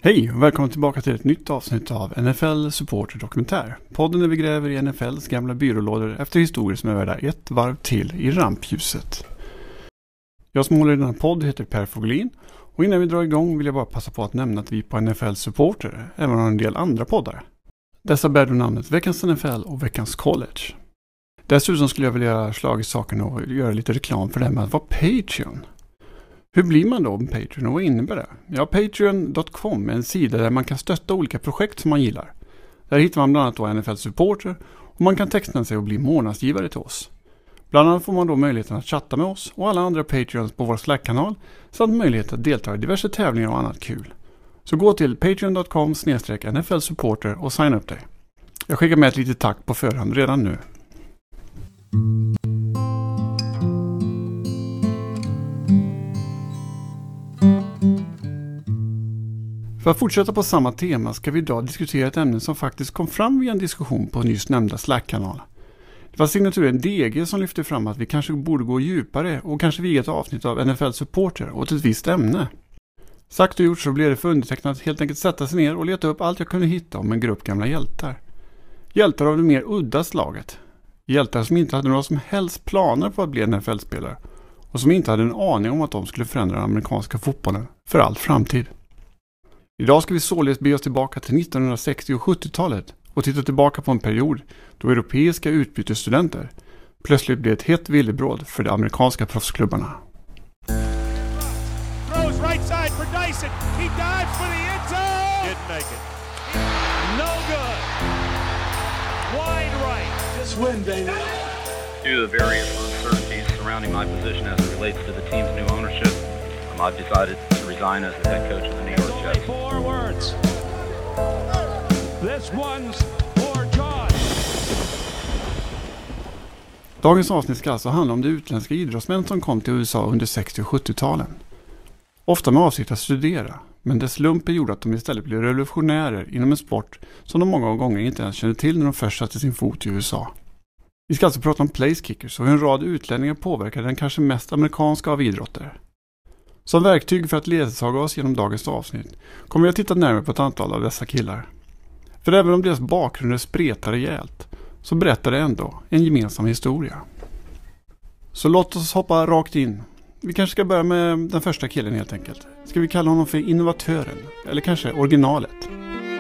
Hej och välkommen tillbaka till ett nytt avsnitt av NFL Supporter Dokumentär. Podden där vi gräver i NFLs gamla byrålådor efter historier som är värda ett varv till i rampljuset. Jag som håller i den här podd heter Per Foglin och innan vi drar igång vill jag bara passa på att nämna att vi på NFL Supporter även har en del andra poddar. Dessa bär då namnet Veckans NFL och Veckans College. Dessutom skulle jag vilja slag i saken och göra lite reklam för det med att vara Patreon. Hur blir man då en Patreon och vad innebär det? Ja, Patreon.com är en sida där man kan stötta olika projekt som man gillar. Där hittar man bland annat då NFL Supporter och man kan teckna sig och bli månadsgivare till oss. Bland annat får man då möjligheten att chatta med oss och alla andra Patreons på vår Slack-kanal samt möjlighet att delta i diverse tävlingar och annat kul. Så gå till patreon.com/NFL Supporter och signa upp dig. Jag skickar med ett litet tack på förhand redan nu. För att fortsätta på samma tema ska vi idag diskutera ett ämne som faktiskt kom fram via en diskussion på nyss nämnda Slack-kanal. Det var signaturen DG som lyfte fram att vi kanske borde gå djupare och kanske via ett avsnitt av NFL Supporter åt ett visst ämne. Sagt och gjort så blev det för undertecknat att helt enkelt sätta sig ner och leta upp allt jag kunde hitta om en grupp gamla hjältar. Hjältar av det mer udda slaget. Hjältar som inte hade några som helst planer på att bli NFL-spelare och som inte hade en aning om att de skulle förändra den amerikanska fotbollen för all framtid. Idag ska vi således be oss tillbaka till 1960- och 70-talet och titta tillbaka på en period då europeiska utbytesstudenter plötsligt blev ett hett villebråd för de amerikanska proffsklubbarna. Throws right side for Dyson. He dives for the end zone. Didn't make it. No good. Wide right. Just win, baby. Due to the various uncertainties surrounding my position as it relates to the team's new ownership, I've decided to resign as the head coach of the New York Jets. 4 words. This one's for John. Dagens avsnitt ska alltså handla om de utländska idrottsmän som kom till USA under 60- och 70-talen. Ofta med avsikt att studera, men dess slumpen gjorde att de istället blev revolutionärer inom en sport som de många gånger inte ens kände till när de först satte sin fot i USA. Vi ska alltså prata om place kickers och hur en rad utlänningar påverkade den kanske mest amerikanska av idrotter. Som verktyg för att ledsaga oss genom dagens avsnitt kommer vi att titta närmare på ett antal av dessa killar. För även om deras bakgrunder spretar rejält så berättar det ändå en gemensam historia. Så låt oss hoppa rakt in. Vi kanske ska börja med den första killen helt enkelt. Ska vi kalla honom för innovatören eller kanske originalet?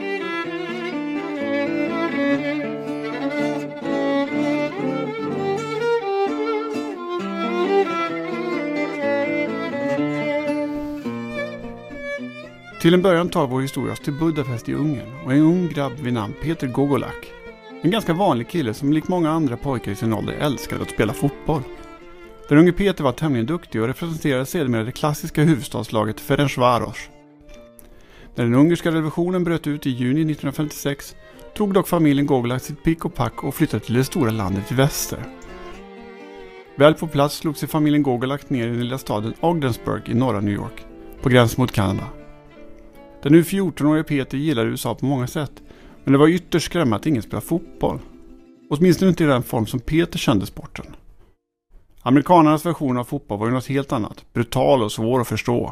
Till en början tar vår historia oss till Budapest i Ungern och en ung grabb vid namn Peter Gogolak. En ganska vanlig kille som likt många andra pojkar i sin ålder älskade att spela fotboll. Den unge Peter var tämligen duktig och representerade sedermera det klassiska huvudstadslaget Ferencváros. När den ungerska revolutionen bröt ut i juni 1956 tog dock familjen Gogolak sitt pick och pack och flyttade till det stora landet i väster. Väl på plats slog sig familjen Gogolak ner i den lilla staden Ogdensburg i norra New York, på gränsen mot Kanada. Den nu 14-årige Peter gillade USA på många sätt, men det var ytterst skrämmande att ingen spelade fotboll. Åtminstone inte i den form som Peter kände sporten. Amerikanernas version av fotboll var ju något helt annat, brutal och svår att förstå.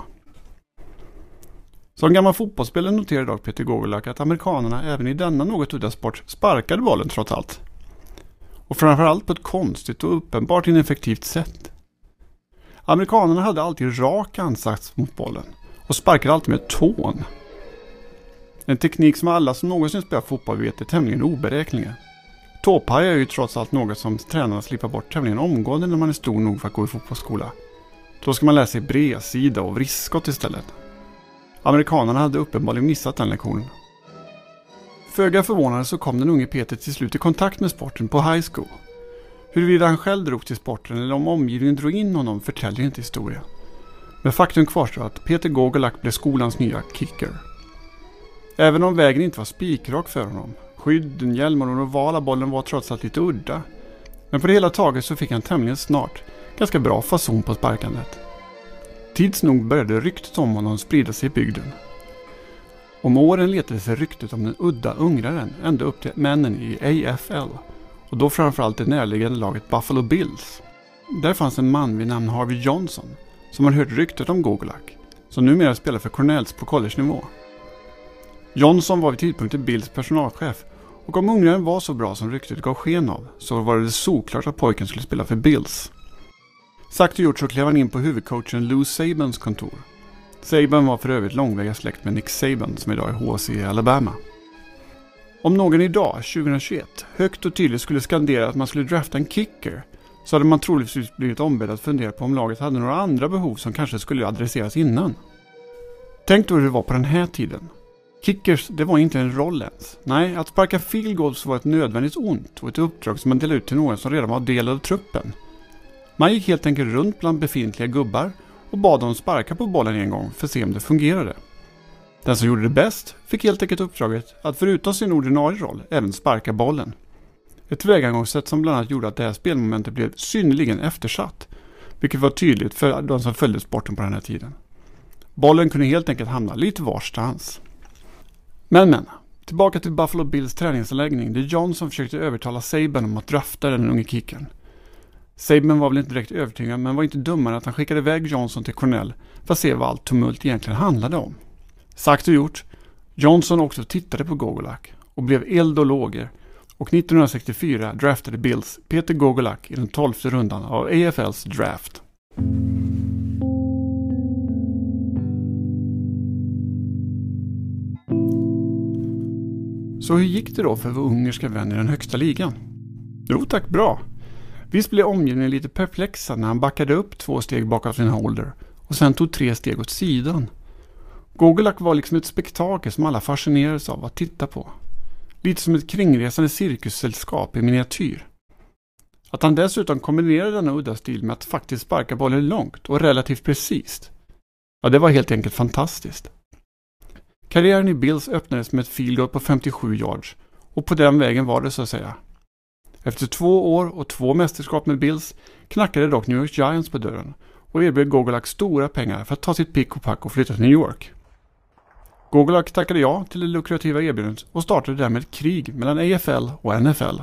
Som gammal fotbollsspelare noterade dock Peter Gogolak att amerikanerna även i denna något udda sport sparkade bollen trots allt. Och framförallt på ett konstigt och uppenbart ineffektivt sätt. Amerikanerna hade alltid rak ansats mot bollen och sparkade alltid med tån. En teknik som alla som någonsin spelar fotboll vet är tämligen oberäkneliga. Tåpajar är ju trots allt något som tränarna slipper bort tämligen omgående när man är stor nog för att gå i fotbollsskola. Då ska man lära sig bredsida och vriskskott istället. Amerikanerna hade uppenbarligen missat den lektionen. Föga förvånande så kom den unge Peter till slut i kontakt med sporten på high school. Huruvida han själv drog till sporten eller om omgivningen drog in honom förtäljer inte historia. Men faktum kvarstår att Peter Gogolak blev skolans nya kicker. Även om vägen inte var spikrak för honom, skydden, hjälmar och den ovala bollen var trots allt lite udda. Men på det hela taget så fick han tämligen snart ganska bra fason på sparkandet. Tids nog började ryktet om honom sprida sig i bygden. Om åren letade sig ryktet om den udda ungraren ända upp till männen i AFL och då framförallt det närliggande laget Buffalo Bills. Där fanns en man vid namn Harvey Johnson som har hört ryktet om Gogolak, som numera spelar för Cornells på college-nivå. Johnson var vid tidpunkten Bills personalchef, och om ungraren var så bra som ryktet gav sken av så var det såklart att pojken skulle spela för Bills. Sagt och gjort så klev han in på huvudcoachen Lou Sabans kontor. Saban var för övrigt långväga släkt med Nick Saban som idag är HC i Alabama. Om någon idag, 2021, högt och tydligt skulle skandera att man skulle drafta en kicker, så hade man troligtvis blivit ombedd att fundera på om laget hade några andra behov som kanske skulle adresseras innan. Tänk då hur det var på den här tiden. Kickers, det var inte en roll ens. Nej, att sparka field goals var ett nödvändigt ont och ett uppdrag som man delade ut till någon som redan var del av truppen. Man gick helt enkelt runt bland befintliga gubbar och bad dem sparka på bollen en gång för att se om det fungerade. Den som gjorde det bäst fick helt enkelt uppdraget att förutom sin ordinarie roll även sparka bollen. Ett tillvägagångssätt som bland annat gjorde att det här spelmomentet blev synnerligen eftersatt, vilket var tydligt för de som följde sporten på den här tiden. Bollen kunde helt enkelt hamna lite varstans. Men, tillbaka till Buffalo Bills träningsanläggning där Johnson försökte övertala Saban om att drafta den unge kickern. Saban var väl inte direkt övertygad, men var inte dummare att han skickade iväg Johnson till Cornell för att se vad allt tumult egentligen handlade om. Sagt och gjort, Johnson också tittade på Gogolak och blev eld och lågor, och 1964 draftade Bills Peter Gogolak i den 12:e rundan av AFLs draft. Så hur gick det då för vår ungerska vän i den högsta ligan? Jo tack, bra. Visst blev omgivningen lite perplexa när han backade upp 2 steg bakom sin holder och sen tog 3 steg åt sidan. Gogolak var liksom ett spektakel som alla fascinerades av att titta på. Lite som ett kringresande cirkussällskap i miniatyr. Att han dessutom kombinerade denna udda stil med att faktiskt sparka bollen långt och relativt precis. Ja, det var helt enkelt fantastiskt. Karriären i Bills öppnades med ett field goal på 57 yards och på den vägen var det så att säga. Efter 2 år och 2 mästerskap med Bills knackade dock New York Giants på dörren och erbjöd Gogolak stora pengar för att ta sitt pick och pack och flytta till New York. Gogolak tackade ja till det lukrativa erbjudandet och startade därmed ett krig mellan AFL och NFL.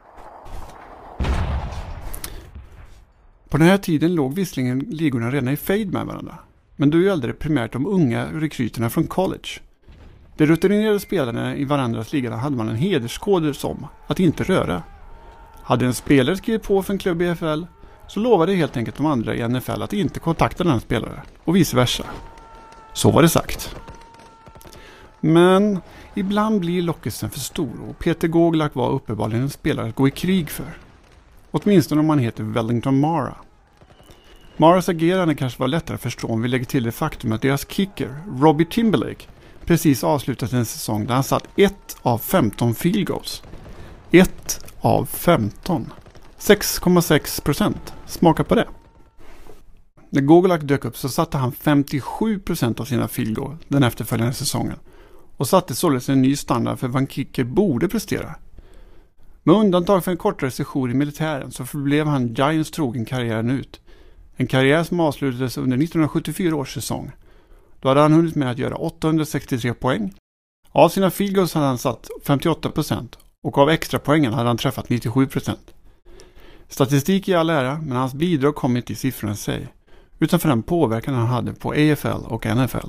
På den här tiden låg visserligen ligorna redan i fade med varandra, men då gällde det primärt de unga rekryterna från college. De rutinerade spelarna i varandras liga hade man en hederskoder som att inte röra. Hade en spelare skrivit på för en klubb i AFL så lovade helt enkelt de andra i NFL att inte kontakta den spelare och vice versa. Så var det sagt. Men ibland blir lockelsen för stor och Peter Gogolak var uppenbarligen en spelare att gå i krig för. Åtminstone om man heter Wellington Mara. Maras agerande kanske var lättare att förstå om vi lägger till det faktum att deras kicker, Robbie Timberlake, precis avslutat en säsong där han satt 1 av 15 field goals. 1 av 15. 6,6%. Smaka på det. När Gogolak dök upp så satte han 57% av sina field goal den efterföljande säsongen och satte således en ny standard för vad en kicker borde prestera. Med undantag för en kortare session i militären så förblev han Giants trogen karriären ut. En karriär som avslutades under 1974 års säsong. Då hade han hunnit med att göra 863 poäng. Av sina field goals hade han satt 58% och av extra poängen hade han träffat 97%. Statistik i all ära, men hans bidrag kom inte i siffrorna i sig, utan för den påverkan han hade på AFL och NFL.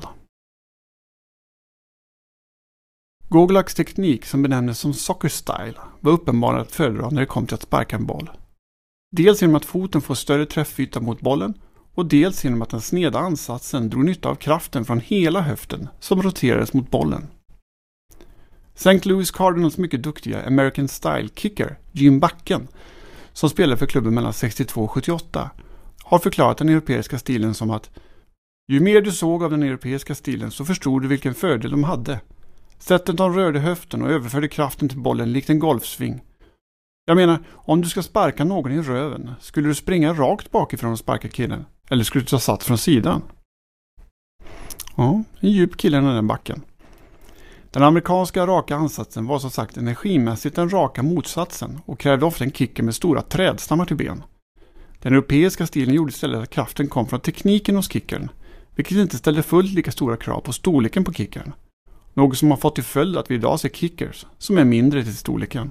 Gogolaks teknik, som benämndes som soccer style, var uppenbar att föredra när det kom till att sparka en boll. Dels genom att foten får större träffyta mot bollen och dels genom att den sneda ansatsen drog nytta av kraften från hela höften som roterades mot bollen. St. Louis Cardinals mycket duktiga American Style kicker Jim Bakken, som spelade för klubben mellan 62 och 78, har förklarat den europeiska stilen som att ju mer du såg av den europeiska stilen så förstod du vilken fördel de hade. Sättet de rörde höften och överförde kraften till bollen likt en golfsving. Jag menar, om du ska sparka någon i röven, skulle du springa rakt bakifrån och sparka killen? Eller skulle du ta satt från sidan? Ja, en djup kille i den backen. Den amerikanska raka ansatsen var som sagt energimässigt den raka motsatsen och krävde ofta en kicker med stora trädstammar till ben. Den europeiska stilen gjorde istället att kraften kom från tekniken hos kickern, vilket inte ställde fullt lika stora krav på storleken på kickern. Något som har fått till följd att vi idag ser kickers som är mindre till storleken.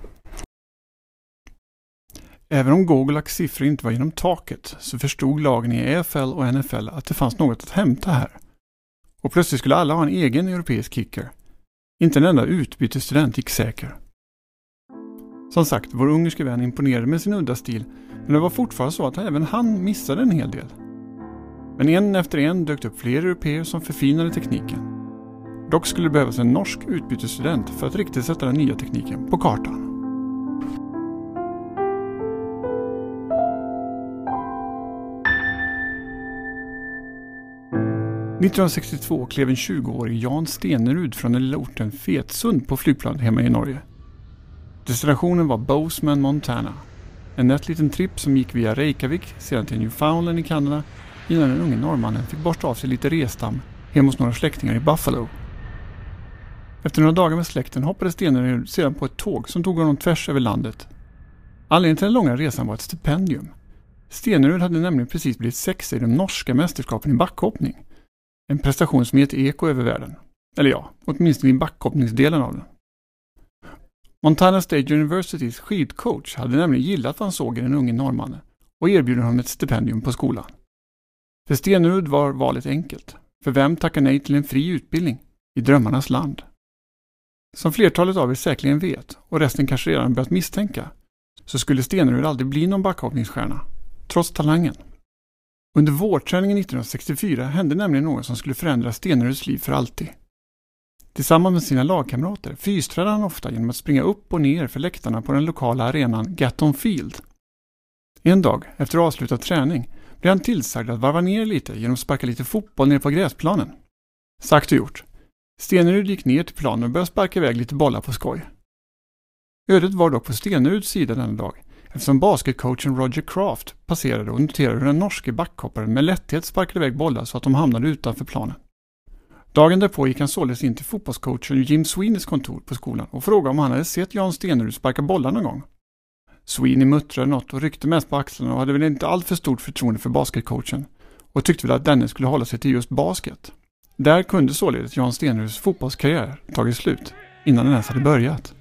Även om Gogolaks siffror inte var genom taket så förstod lagen i AFL och NFL att det fanns något att hämta här. Och plötsligt skulle alla ha en egen europeisk kicker. Inte en enda utbytesstudent gick säker. Som sagt, vår ungerske vän imponerade med sin udda stil, men det var fortfarande så att även han missade en hel del. Men en efter en dök upp fler europeer som förfinade tekniken. Dock skulle det behövas en norsk utbytesstudent för att riktigt sätta den nya tekniken på kartan. År 1962 klev en 20-årig Jan Stenerud från den lilla orten Fetsund på flygplan hemma i Norge. Destinationen var Bozeman, Montana. En nätt liten tripp som gick via Reykjavik sedan till Newfoundland i Kanada innan den unge norrmannen fick borsta av sig lite resdamm hemma hos några släktingar i Buffalo. Efter några dagar med släkten hoppade Stenerud sedan på ett tåg som tog honom tvärs över landet. Anledningen till den långa resan var ett stipendium. Stenerud hade nämligen precis blivit sexa i de norska mästerskapen i backhoppning. En prestation som gett eko över världen. Eller ja, åtminstone i backhoppningsdelen av den. Montana State Universitys skidcoach hade nämligen gillat vad han såg i den unge norrmannen och erbjöd honom ett stipendium på skolan. För Stenerud var valet enkelt. För vem tackar nej till en fri utbildning i drömmarnas land? Som flertalet av er säkerligen vet, och resten kanske redan börjat misstänka, så skulle Stenerud aldrig bli någon backhoppningsstjärna, trots talangen. Under vårträningen 1964 hände nämligen något som skulle förändra Steneruds liv för alltid. Tillsammans med sina lagkamrater fystrade han ofta genom att springa upp och ner för läktarna på den lokala arenan Gatton Field. En dag, efter avslutad träning, blev han tillsagd att varva ner lite genom att sparka lite fotboll ner på gräsplanen. Sagt och gjort. Stenerud gick ner till planen och började sparka iväg lite bollar på skoj. Ödet var dock på Steneruds sida denna dag, eftersom basketcoachen Roger Kraft passerade och noterade hur den norske backhopparen med lätthet sparkade iväg bollar så att de hamnade utanför planen. Dagen därpå gick han således in till fotbollscoachen Jim Sweeneys kontor på skolan och frågade om han hade sett Jan Stenerud sparka bollar någon gång. Sweeney muttrade något och ryckte mest på axlarna och hade väl inte allt för stort förtroende för basketcoachen och tyckte väl att denne skulle hålla sig till just basket. Där kunde således Jan Steneruds fotbollskarriär tagit slut innan den ens hade börjat.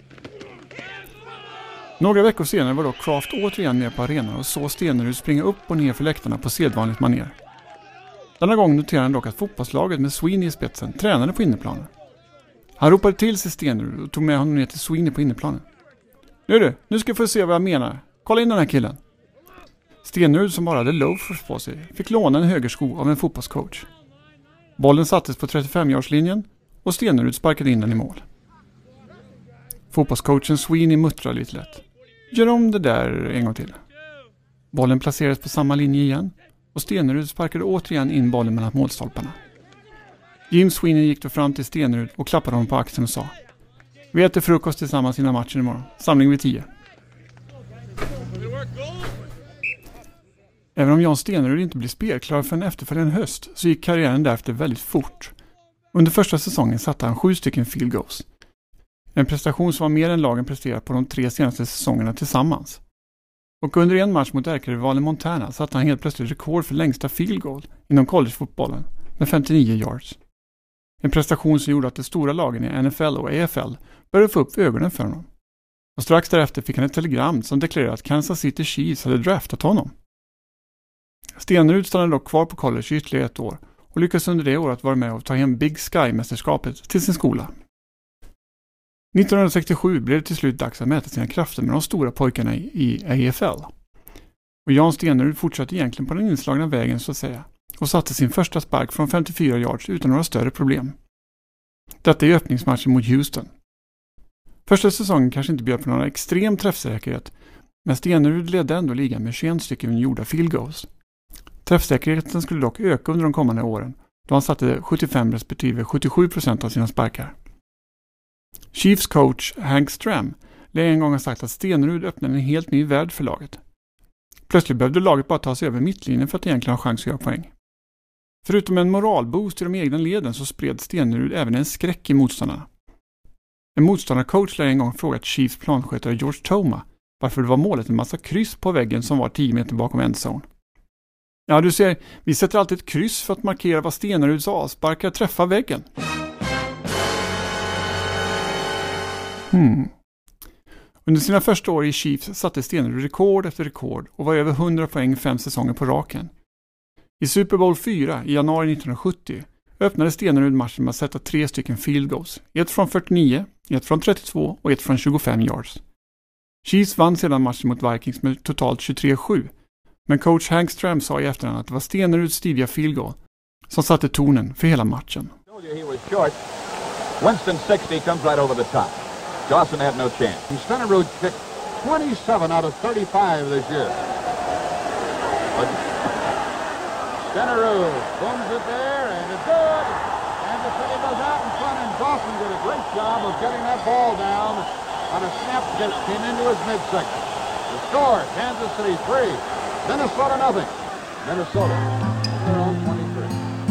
Några veckor senare var då Kraft återigen ner på arenan och såg Stenerud springa upp och ner för läktarna på sedvanligt manér. Denna gång noterade han dock att fotbollslaget med Sweeney i spetsen tränade på inneplanen. Han ropade till sig Stenerud och tog med honom ner till Sweeney på inneplanen. Nu ska jag få se vad jag menar. Kolla in den här killen. Stenerud, som bara hade loafers på sig, fick låna en högersko av en fotbollscoach. Bollen sattes på 35-yardslinjen och Stenerud sparkade in den i mål. Fotbollscoachen Sweeney muttrade lite lätt. Gör om det där en gång till. Bollen placerades på samma linje igen och Stenerud sparkade återigen in bollen mellan målstolparna. Jim Sweeney gick då fram till Stenerud och klappade honom på axeln och sa: Vi äter frukost tillsammans innan matchen imorgon. Samling vid 10. Även om Jan Stenerud inte blev spelklar för en efterföljande höst så gick karriären därefter väldigt fort. Under första säsongen satte han 7 field goals. En prestation som var mer än lagen presterat på de 3 senaste säsongerna tillsammans. Och under en match mot ärkerivalen Montana satte han helt plötsligt rekord för längsta field goal inom collegefotbollen med 59 yards. En prestation som gjorde att de stora lagen i NFL och AFL började få upp ögonen för honom. Och strax därefter fick han ett telegram som deklarerade att Kansas City Chiefs hade draftat honom. Stenerud stannade dock kvar på college i ytterligare 1 år och lyckades under det året vara med och ta hem Big Sky-mästerskapet till sin skola. 1967 blev det till slut dags att mäta sina krafter med de stora pojkarna i AFL. Och Jan Stenerud fortsatte egentligen på den inslagna vägen så att säga och satte sin första spark från 54 yards utan några större problem. Detta är öppningsmatchen mot Houston. Första säsongen kanske inte bjöd på någon extrem träffsäkerhet, men Stenerud ledde ändå ligan med 21 stycken gjorda field goals. Träffsäkerheten skulle dock öka under de kommande åren då han satte 75 respektive 77% av sina sparkar. Chiefs coach Hank Stram lär en gång ha sagt att Stenerud öppnade en helt ny värld för laget. Plötsligt behövde laget bara ta sig över mittlinjen för att egentligen ha chans att göra poäng. Förutom en moralboost i de egna leden så spred Stenerud även en skräck i motståndarna. En motståndarcoach lär en gång frågat Chiefs planskötare George Toma varför det var målet en massa kryss på väggen som var 10 meter bakom endzone. Ja, du ser, vi sätter alltid ett kryss för att markera vad Steneruds avsparkar träffar väggen. Under sina första år i Chiefs satte Stenerud rekord efter rekord och var över 100 poäng 5 säsonger på raken. I Super Bowl 4 i januari 1970 öppnade Stenerud matchen med att sätta 3 stycken field goals. 1 från 49, 1 från 32 och 1 från 25 yards. Chiefs vann sedan matchen mot Vikings med totalt 23-7. Men coach Hank Stram sa i efterhand att det var Steneruds stiviga field goal som satte tonen för hela matchen. Winston 60 comes right over the top. Dawson had no chance. Stenerud kicked 27 out of 35 this year. But Stenerud booms it there, and it's good. And the city goes out in front, and Dawson did a great job of getting that ball down on a snap that came into his midsection. The score, Kansas City 3, Minnesota nothing. Minnesota, their own 23.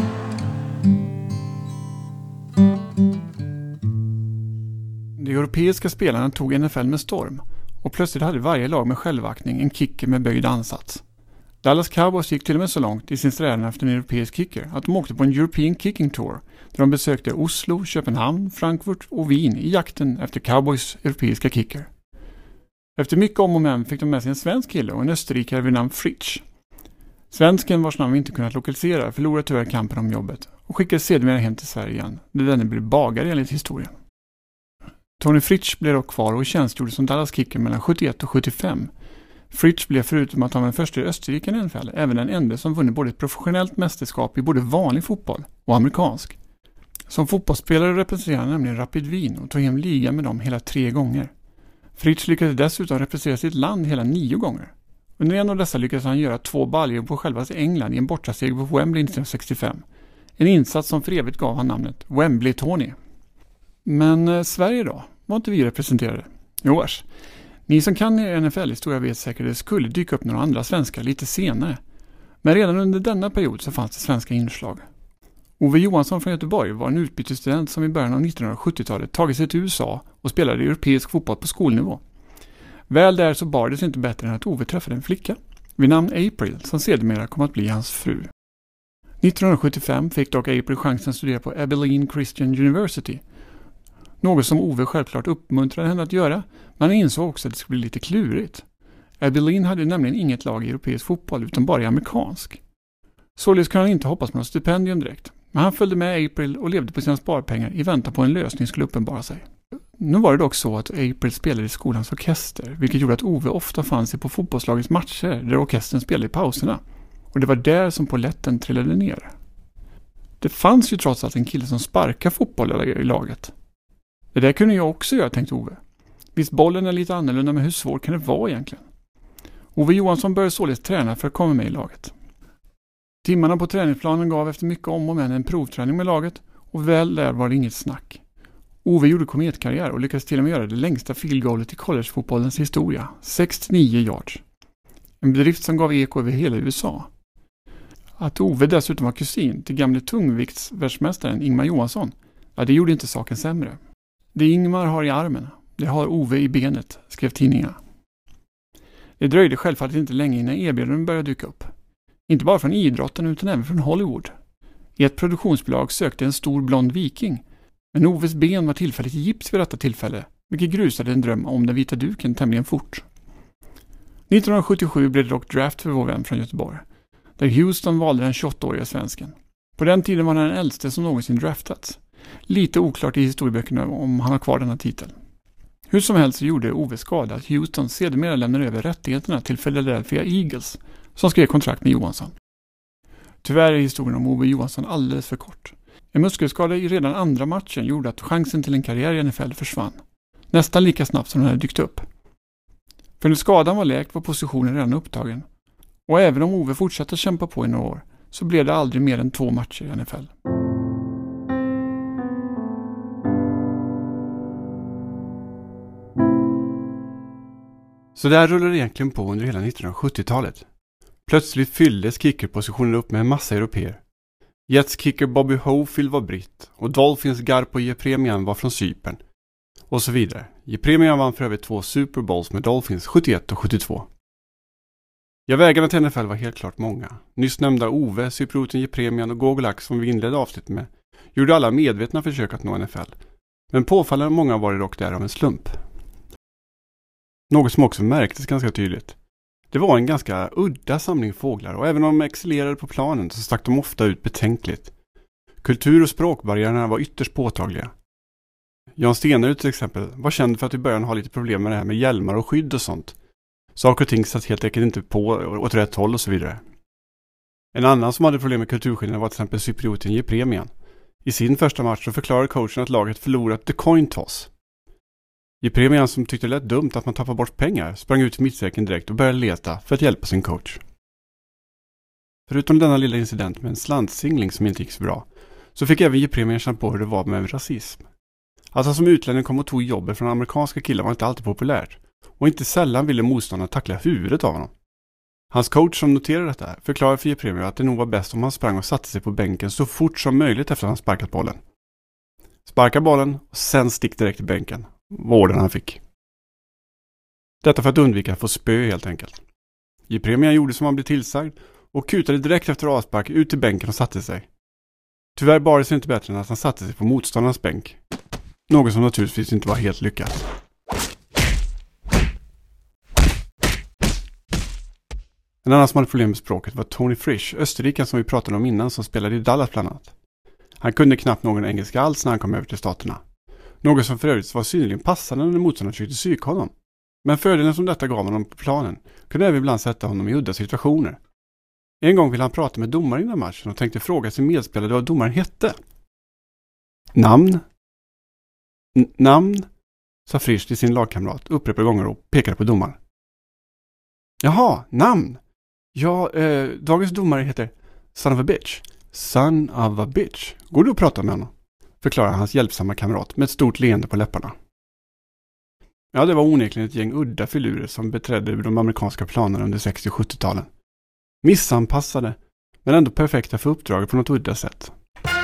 De europeiska spelarna tog NFL med storm och plötsligt hade varje lag med självaktning en kicker med böjd ansats. Dallas Cowboys gick till och med så långt i sin strävan efter en europeisk kicker att de åkte på en European Kicking Tour där de besökte Oslo, Köpenhamn, Frankfurt och Wien i jakten efter Cowboys europeiska kicker. Efter mycket om och men fick de med sig en svensk kille och en österrikare vid namn Fritsch. Svensken vars namn vi inte kunnat lokalisera förlorade tyvärr kampen om jobbet och skickades sedermera hem till Sverige igen, där denne blev bagare enligt historien. Tony Fritsch blev dock kvar och tjänstgjorde som Dallas kicker mellan 71 och 75. Fritsch blev förutom att han var den första i Österrike i NFL även den enda som vunnit både ett professionellt mästerskap i både vanlig fotboll och amerikansk. Som fotbollsspelare representerade han nämligen Rapid Wien och tog hem ligan med dem hela 3 gånger. Fritsch lyckades dessutom representera sitt land hela 9 gånger. Under en av dessa lyckades han göra 2 baljor på självaste England i en bortaseger på Wembley 1965. En insats som för evigt gav han namnet Wembley Tony. Men Sverige då? Var inte vi representerade? Jo, ni som kan er NFL-historia vet säkert att det skulle dyka upp några andra svenskar lite senare. Men redan under denna period så fanns det svenska inslag. Ove Johansson från Göteborg var en utbytesstudent som i början av 1970-talet tagit sig till USA och spelade europeisk fotboll på skolnivå. Väl där så bar det sig inte bättre än att Ove träffade en flicka vid namn April som sedermera kom att bli hans fru. 1975 fick dock April chansen att studera på Abilene Christian University. Något som Ove självklart uppmuntrade henne att göra, men han insåg också att det skulle bli lite klurigt. Abilene hade nämligen inget lag i europeisk fotboll utan bara i amerikansk. Således kunde han inte hoppas på något stipendium direkt, men han följde med April och levde på sina sparpengar i väntan på en lösning skulle uppenbara sig. Nu var det dock så att April spelade i skolans orkester, vilket gjorde att Ove ofta fann sig på fotbollslagets matcher där orkestern spelade i pauserna. Och det var där som polletten trillade ner. Det fanns ju trots allt en kille som sparkade fotboll i laget. Det där kunde jag också göra, tänkte Ove. Visst, bollen är lite annorlunda, men hur svårt kan det vara egentligen? Ove Johansson började således träna för att komma med i laget. Timmarna på träningsplanen gav efter mycket om och men en provträning med laget och väl där var det inget snack. Ove gjorde kometkarriär och lyckades till och med göra det längsta field goalet i collegefotbollens historia, 69 yards. En bedrift som gav eko över hela USA. Att Ove dessutom var kusin till gamle tungviktsvärldsmästaren Ingmar Johansson, ja, det gjorde inte saken sämre. Det Ingmar har i armen, det har Ove i benet, skrev tidningarna. Det dröjde självfallet inte länge innan erbjudanden började dyka upp. Inte bara från idrotten utan även från Hollywood. I ett produktionsbolag sökte en stor blond viking, men Oves ben var tillfälligt i gips vid detta tillfälle, vilket grusade en dröm om den vita duken tämligen fort. 1977 blev det dock draft för vår vän från Göteborg, där Houston valde den 28-åriga svensken. På den tiden var han den äldste som någonsin draftats. Lite oklart i historieböckerna om han har kvar denna titel. Hur som helst så gjorde Ove skada att Houston sedermera lämnade över rättigheterna till Philadelphia Eagles som skrev kontrakt med Johansson. Tyvärr är historien om Ove Johansson alldeles för kort. En muskelskada i redan andra matchen gjorde att chansen till en karriär i NFL försvann. Nästan lika snabbt som den hade dykt upp. För när skadan var läkt var positionen redan upptagen. Och även om Ove fortsatte kämpa på i några år så blev det aldrig mer än 2 matcher i NFL. Så där rullade det egentligen på under hela 1970-talet. Plötsligt fylldes kickerpositionen upp med en massa europeer. Jets kicker Bobby Hofield var britt och Dolphins Garpo Jepremian var från Cypern. Och så vidare. Jepremian vann för övrigt 2 Super Bowls med Dolphins 71 och 72. Ja, vägarna till NFL var helt klart många. Nyss nämnda Ove, cyprioten Jepremian och Gogolak som vi inledde avsnitt med gjorde alla medvetna försök att nå NFL. Men påfallande många var det dock där av en slump. Något som också märktes ganska tydligt. Det var en ganska udda samling fåglar och även om de excellerade på planen så stack de ofta ut betänkligt. Kultur- och språkbarriärerna var ytterst påtagliga. Jan Stenerud till exempel var känd för att i början ha lite problem med det här med hjälmar och skydd och sånt. Saker och ting satt helt enkelt inte på åt rätt håll och så vidare. En annan som hade problem med kulturskillnaden var till exempel cyprioten Jepremian. I sin första match så förklarade coachen att laget förlorat the coin toss. Jepremian, som tyckte det lät dumt att man tappar bort pengar, sprang ut i mittcirkeln direkt och började leta för att hjälpa sin coach. Förutom denna lilla incident med en slantsingling som inte gick så bra, så fick även Jepremian känna på hur det var med rasism. Att han som utlänning kom och tog jobbet från amerikanska killar var inte alltid populärt, och inte sällan ville motståndaren tackla huvudet av honom. Hans coach som noterade detta förklarade för Jepremian att det nog var bäst om han sprang och satte sig på bänken så fort som möjligt efter att han sparkat bollen. Sparka bollen och sen stick direkt i bänken. Vården han fick. Detta för att undvika att få spö helt enkelt. Jepremian gjorde som han blev tillsagd och kutade direkt efter avspark ut till bänken och satte sig. Tyvärr bar det sig inte bättre än att han satte sig på motståndarnas bänk. Något som naturligtvis inte var helt lyckat. En annan som hade problem med språket var Tony Frisch, österrikaren som vi pratade om innan, som spelade i Dallas bland annat. Han kunde knappt någon engelska alls när han kom över till staterna. Något som för övrigt var synnerligen passande när motståndaren försökte psyka honom. Men fördelen som detta gav honom på planen kunde även ibland sätta honom i udda situationer. En gång ville han prata med domaren innan matchen och tänkte fråga sin medspelare vad domaren hette. Namn, sa Frisch till sin lagkamrat upprepade gånger och pekade på domaren. Jaha, namn. Ja, dagens domare heter Son of a bitch. Son of a bitch. Går du att prata med honom? Förklarar hans hjälpsamma kamrat med ett stort leende på läpparna. Ja, det var onekligen ett gäng udda filurer som beträdde de amerikanska planerna under 60- och 70-talen. Missanpassade, men ändå perfekta för uppdraget på något udda sätt.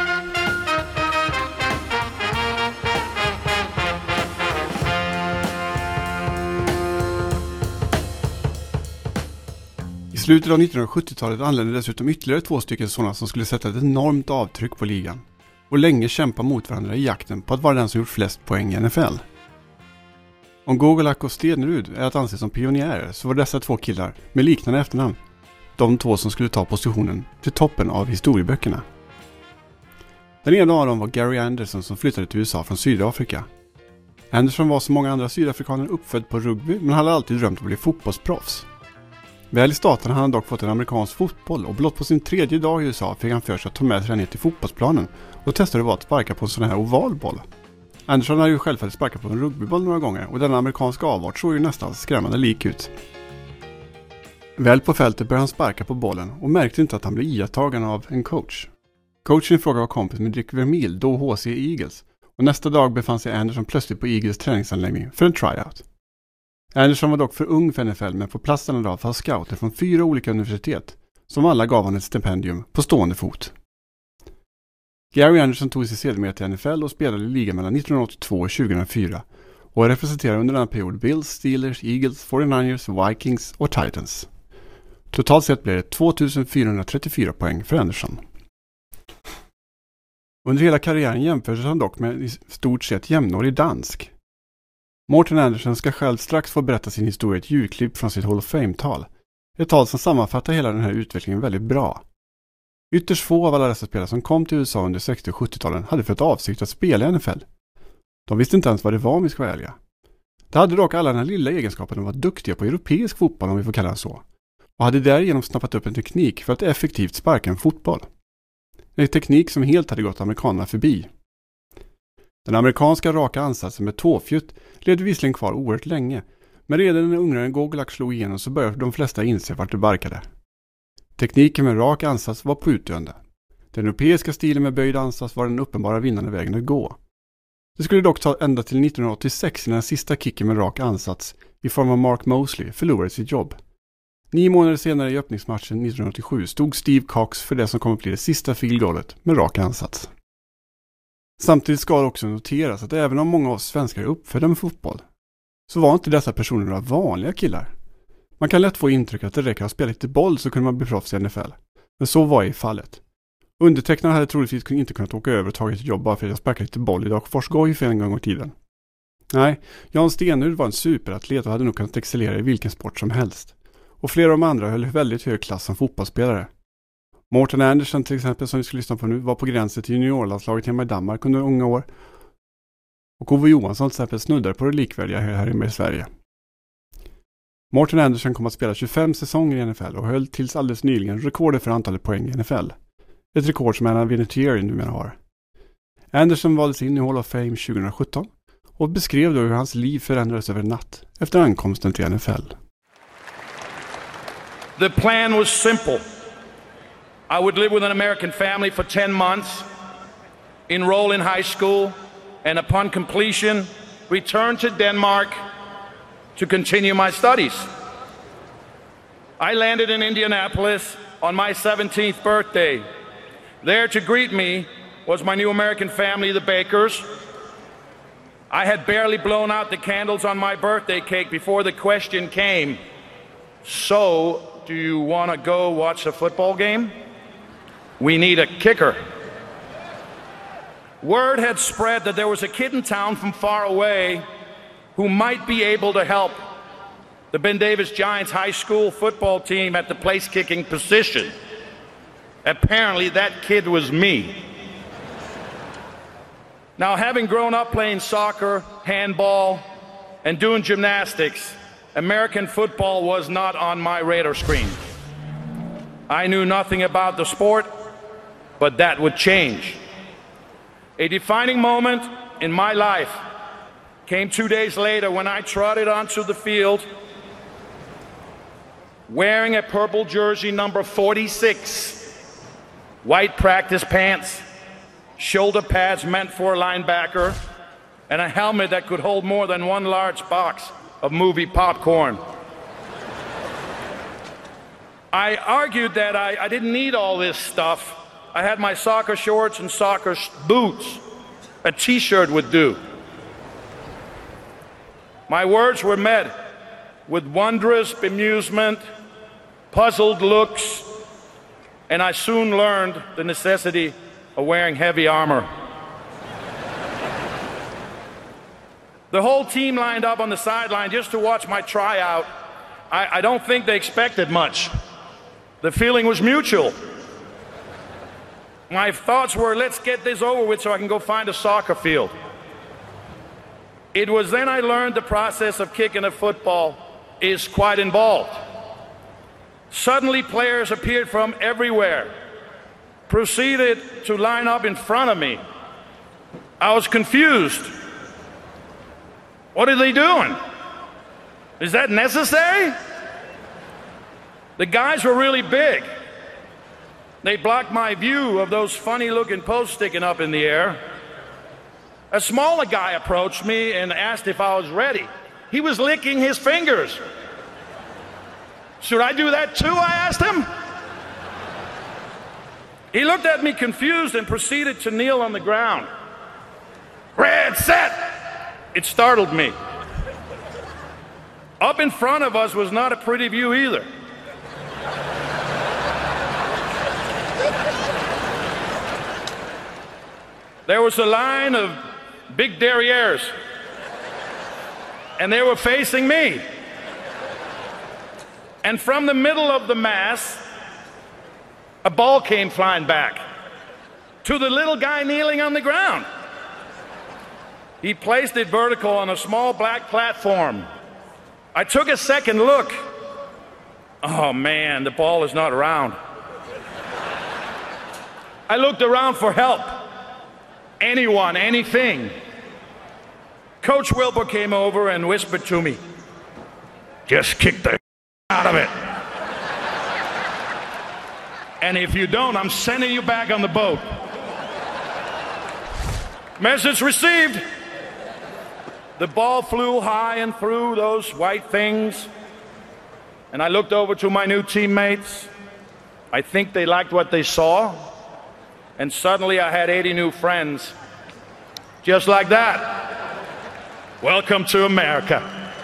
I slutet av 1970-talet anlände dessutom ytterligare 2 stycken sådana som skulle sätta ett enormt avtryck på ligan och länge kämpa mot varandra i jakten på att vara den som gjort flest poäng i NFL. Om Gogolak och Stenerud är att anse som pionjärer så var dessa 2 killar med liknande efternamn de 2 som skulle ta positionen till toppen av historieböckerna. Den ena av dem var Gary Anderson som flyttade till USA från Sydafrika. Anderson var som många andra sydafrikaner uppfödd på rugby men hade alltid drömt om att bli fotbollsproffs. Väl i staten hade han dock fått en amerikansk fotboll och blott på sin 3:e dag i USA fick han för sig att ta med sig den ner till fotbollsplanen och testade var att sparka på en sån här ovalboll. Anderson hade ju självfallet sparkat på en rugbyboll några gånger och denna amerikanska avart såg ju nästan skrämmande lik ut. Väl på fältet började han sparka på bollen och märkte inte att han blev iakttagen av en coach. Coachen i fråga var kompis med Dick Vermeil, då HC Eagles, och nästa dag befann sig Anderson plötsligt på Eagles träningsanläggning för en tryout. Anderson var dock för ung för NFL men på plats denna dag för scouter från 4 olika universitet som alla gav honom ett stipendium på stående fot. Gary Anderson tog sig sedermera till NFL och spelade i ligan mellan 1982 och 2004 och representerade under denna period Bills, Steelers, Eagles, 49ers, Vikings och Titans. Totalt sett blev det 2434 poäng för Anderson. Under hela karriären jämfördes han dock med i stort sett jämnårig dansk. Morten Anderson ska själv strax få berätta sin historia i ett ljudklipp från sitt Hall of Fame-tal. Ett tal som sammanfattar hela den här utvecklingen väldigt bra. Ytterst få av alla dessa spelare som kom till USA under 60- och 70-talen hade fått avsikt att spela i NFL. De visste inte ens vad det var om vi ska vara ärliga. De hade dock alla den här lilla egenskapen att vara duktiga på europeisk fotboll om vi får kalla det så. Och hade därigenom snappat upp en teknik för att effektivt sparka en fotboll. En teknik som helt hade gått amerikanerna förbi. Den amerikanska raka ansatsen med tåfjutt levde visserligen kvar oerhört länge, men redan när ungraren Gogolak slog igenom så började de flesta inse vart det barkade. Tekniken med rak ansats var på utdöende. Den europeiska stilen med böjd ansats var den uppenbara vinnande vägen att gå. Det skulle dock ta ända till 1986 när den sista kicken med rak ansats i form av Mark Mosley förlorade sitt jobb. 9 månader senare i öppningsmatchen 1987 stod Steve Cox för det som kommer att bli det sista field-goalet med rak ansats. Samtidigt ska det också noteras att även om många av oss svenskar är uppfödda med fotboll så var inte dessa personer några vanliga killar. Man kan lätt få intryck att det räcker att spela lite boll så kunde man bli proffs i NFL. Men så var i fallet. Undertecknaren hade troligtvis inte kunnat åka över och tagit ett jobb bara för att jag sparkade lite boll i Dakfors Goj för en gång i tiden. Nej, Jan Stenerud var en superatlet och hade nog kunnat excellera i vilken sport som helst. Och flera av de andra höll väldigt hög klass som fotbollsspelare. Morten Andersen till exempel, som vi ska lyssna på nu, var på gränsen till juniorlandslaget hemma i Danmark under unga år. Och Ove Johansson till exempel snuddar på det likvärdiga här hemma i Sverige. Morten Andersen kom att spela 25 säsonger i NFL och höll tills alldeles nyligen rekordet för antalet poäng i NFL. Ett rekord som Anna Vinatieri numera har. Andersen valdes in i Hall of Fame 2017 och beskrev då hur hans liv förändrades över en natt efter ankomsten till NFL. The plan was simple. I would live with an American family for 10 months, enroll in high school, and upon completion, return to Denmark to continue my studies. I landed in Indianapolis on my 17th birthday. There to greet me was my new American family, the Bakers. I had barely blown out the candles on my birthday cake before the question came, so, do you want to go watch a football game? We need a kicker. Word had spread that there was a kid in town from far away who might be able to help the Ben Davis Giants high school football team at the place-kicking position. Apparently, that kid was me. Now, having grown up playing soccer, handball, and doing gymnastics, American football was not on my radar screen. I knew nothing about the sport, but that would change. A defining moment in my life came 2 days later when I trotted onto the field wearing a purple jersey number 46, white practice pants, shoulder pads meant for a linebacker, and a helmet that could hold more than one large box of movie popcorn. I argued that I didn't need all this stuff. I had my soccer shorts and soccer boots. A t-shirt would do. My words were met with wondrous bemusement, puzzled looks, and I soon learned the necessity of wearing heavy armor. The whole team lined up on the sideline just to watch my tryout. I don't think they expected much. The feeling was mutual. My thoughts were, let's get this over with so I can go find a soccer field. It was then I learned the process of kicking a football is quite involved. Suddenly players appeared from everywhere, proceeded to line up in front of me. I was confused. What are they doing? Is that necessary? The guys were really big. They blocked my view of those funny-looking posts sticking up in the air. A smaller guy approached me and asked if I was ready. He was licking his fingers. Should I do that too, I asked him. He looked at me confused and proceeded to kneel on the ground. Red, set! It startled me. Up in front of us was not a pretty view either. There was a line of big derrieres, and they were facing me. And from the middle of the mass, a ball came flying back to the little guy kneeling on the ground. He placed it vertical on a small black platform. I took a second look. Oh man, the ball is not around. I looked around for help. Anyone, anything. Coach Wilbur came over and whispered to me, just kick the out of it. And if you don't, I'm sending you back on the boat. Message received. The ball flew high and through those white things. And I looked over to my new teammates. I think they liked what they saw. And suddenly I had 80 new friends. Just like that. Welcome to America.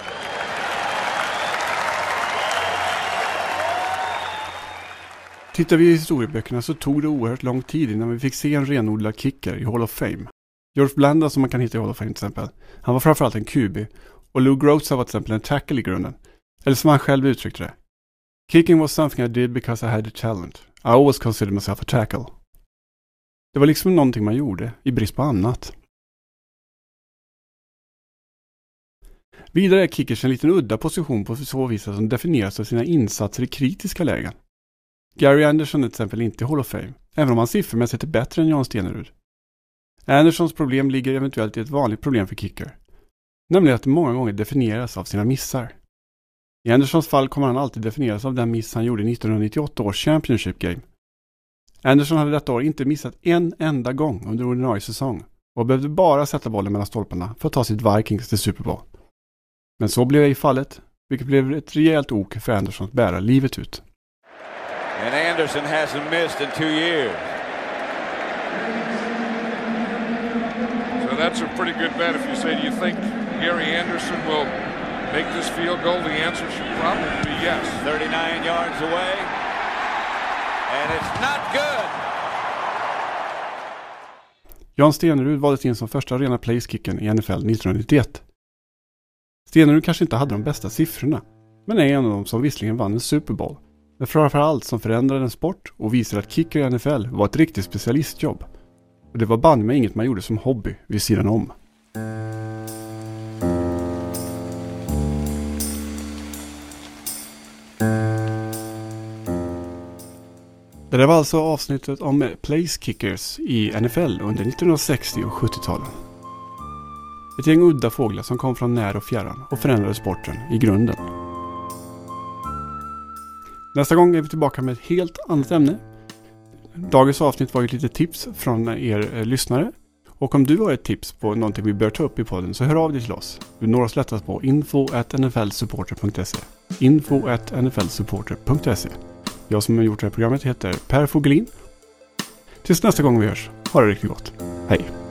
Tittar vi i historieböckerna så tog det oerhört lång tid innan vi fick se en renodlad kicker i Hall of Fame. George Blanda, som man kan hitta i Hall of Fame till exempel, han var framförallt en QB, och Lou Groza var till exempel en tackle i grunden. Eller som han själv uttryckte det: Kicking was something I did because I had the talent. I always considered myself a tackle. Det var liksom någonting man gjorde i brist på annat. Vidare är kickers en liten udda position på så vis att de definieras av sina insatser i kritiska lägen. Gary Anderson är till exempel inte i Hall of Fame, även om han siffermässigt är bättre än Jan Stenerud. Andersons problem ligger eventuellt i ett vanligt problem för kicker, nämligen att det många gånger definieras av sina missar. I Andersons fall kommer han alltid definieras av den miss han gjorde i 1998 års Championship Game. Anderson hade detta år inte missat en enda gång under ordinarie säsong och behövde bara sätta bollen mellan stolparna för att ta sitt Vikings till Super Bowl. Men så blev det i fallet, vilket blev ett rejält ok för Anderson att bära livet ut. And Anderson hasn't missed in 2 years. So that's a pretty good bet if you say, do you think Gary Anderson will make this field goal? The answer should probably be yes. 39 yards away. And it's not good. Jan Stenerud valdes in som första rena placekicken i NFL 1991. Stenerud kanske inte hade de bästa siffrorna, men är en av dem som visserligen vann en Super Bowl. Men framförallt som förändrade en sport och visade att kicker i NFL var ett riktigt specialistjobb. Och det var banne med inget man gjorde som hobby vid sidan om. Det där var alltså avsnittet om place kickers i NFL under 1960- och 70-talen. Ett gäng udda fåglar som kom från när och fjärran och förändrade sporten i grunden. Nästa gång är vi tillbaka med ett helt annat ämne. Dagens avsnitt var ju lite tips från er lyssnare. Och om du har ett tips på någonting vi bör ta upp i podden så hör av dig till oss. Du når oss lättast på info@nflsupporter.se info@nflsupporter.se. Jag som har gjort det här programmet heter Per Fogelin. Tills nästa gång vi hörs, ha det riktigt gott. Hej!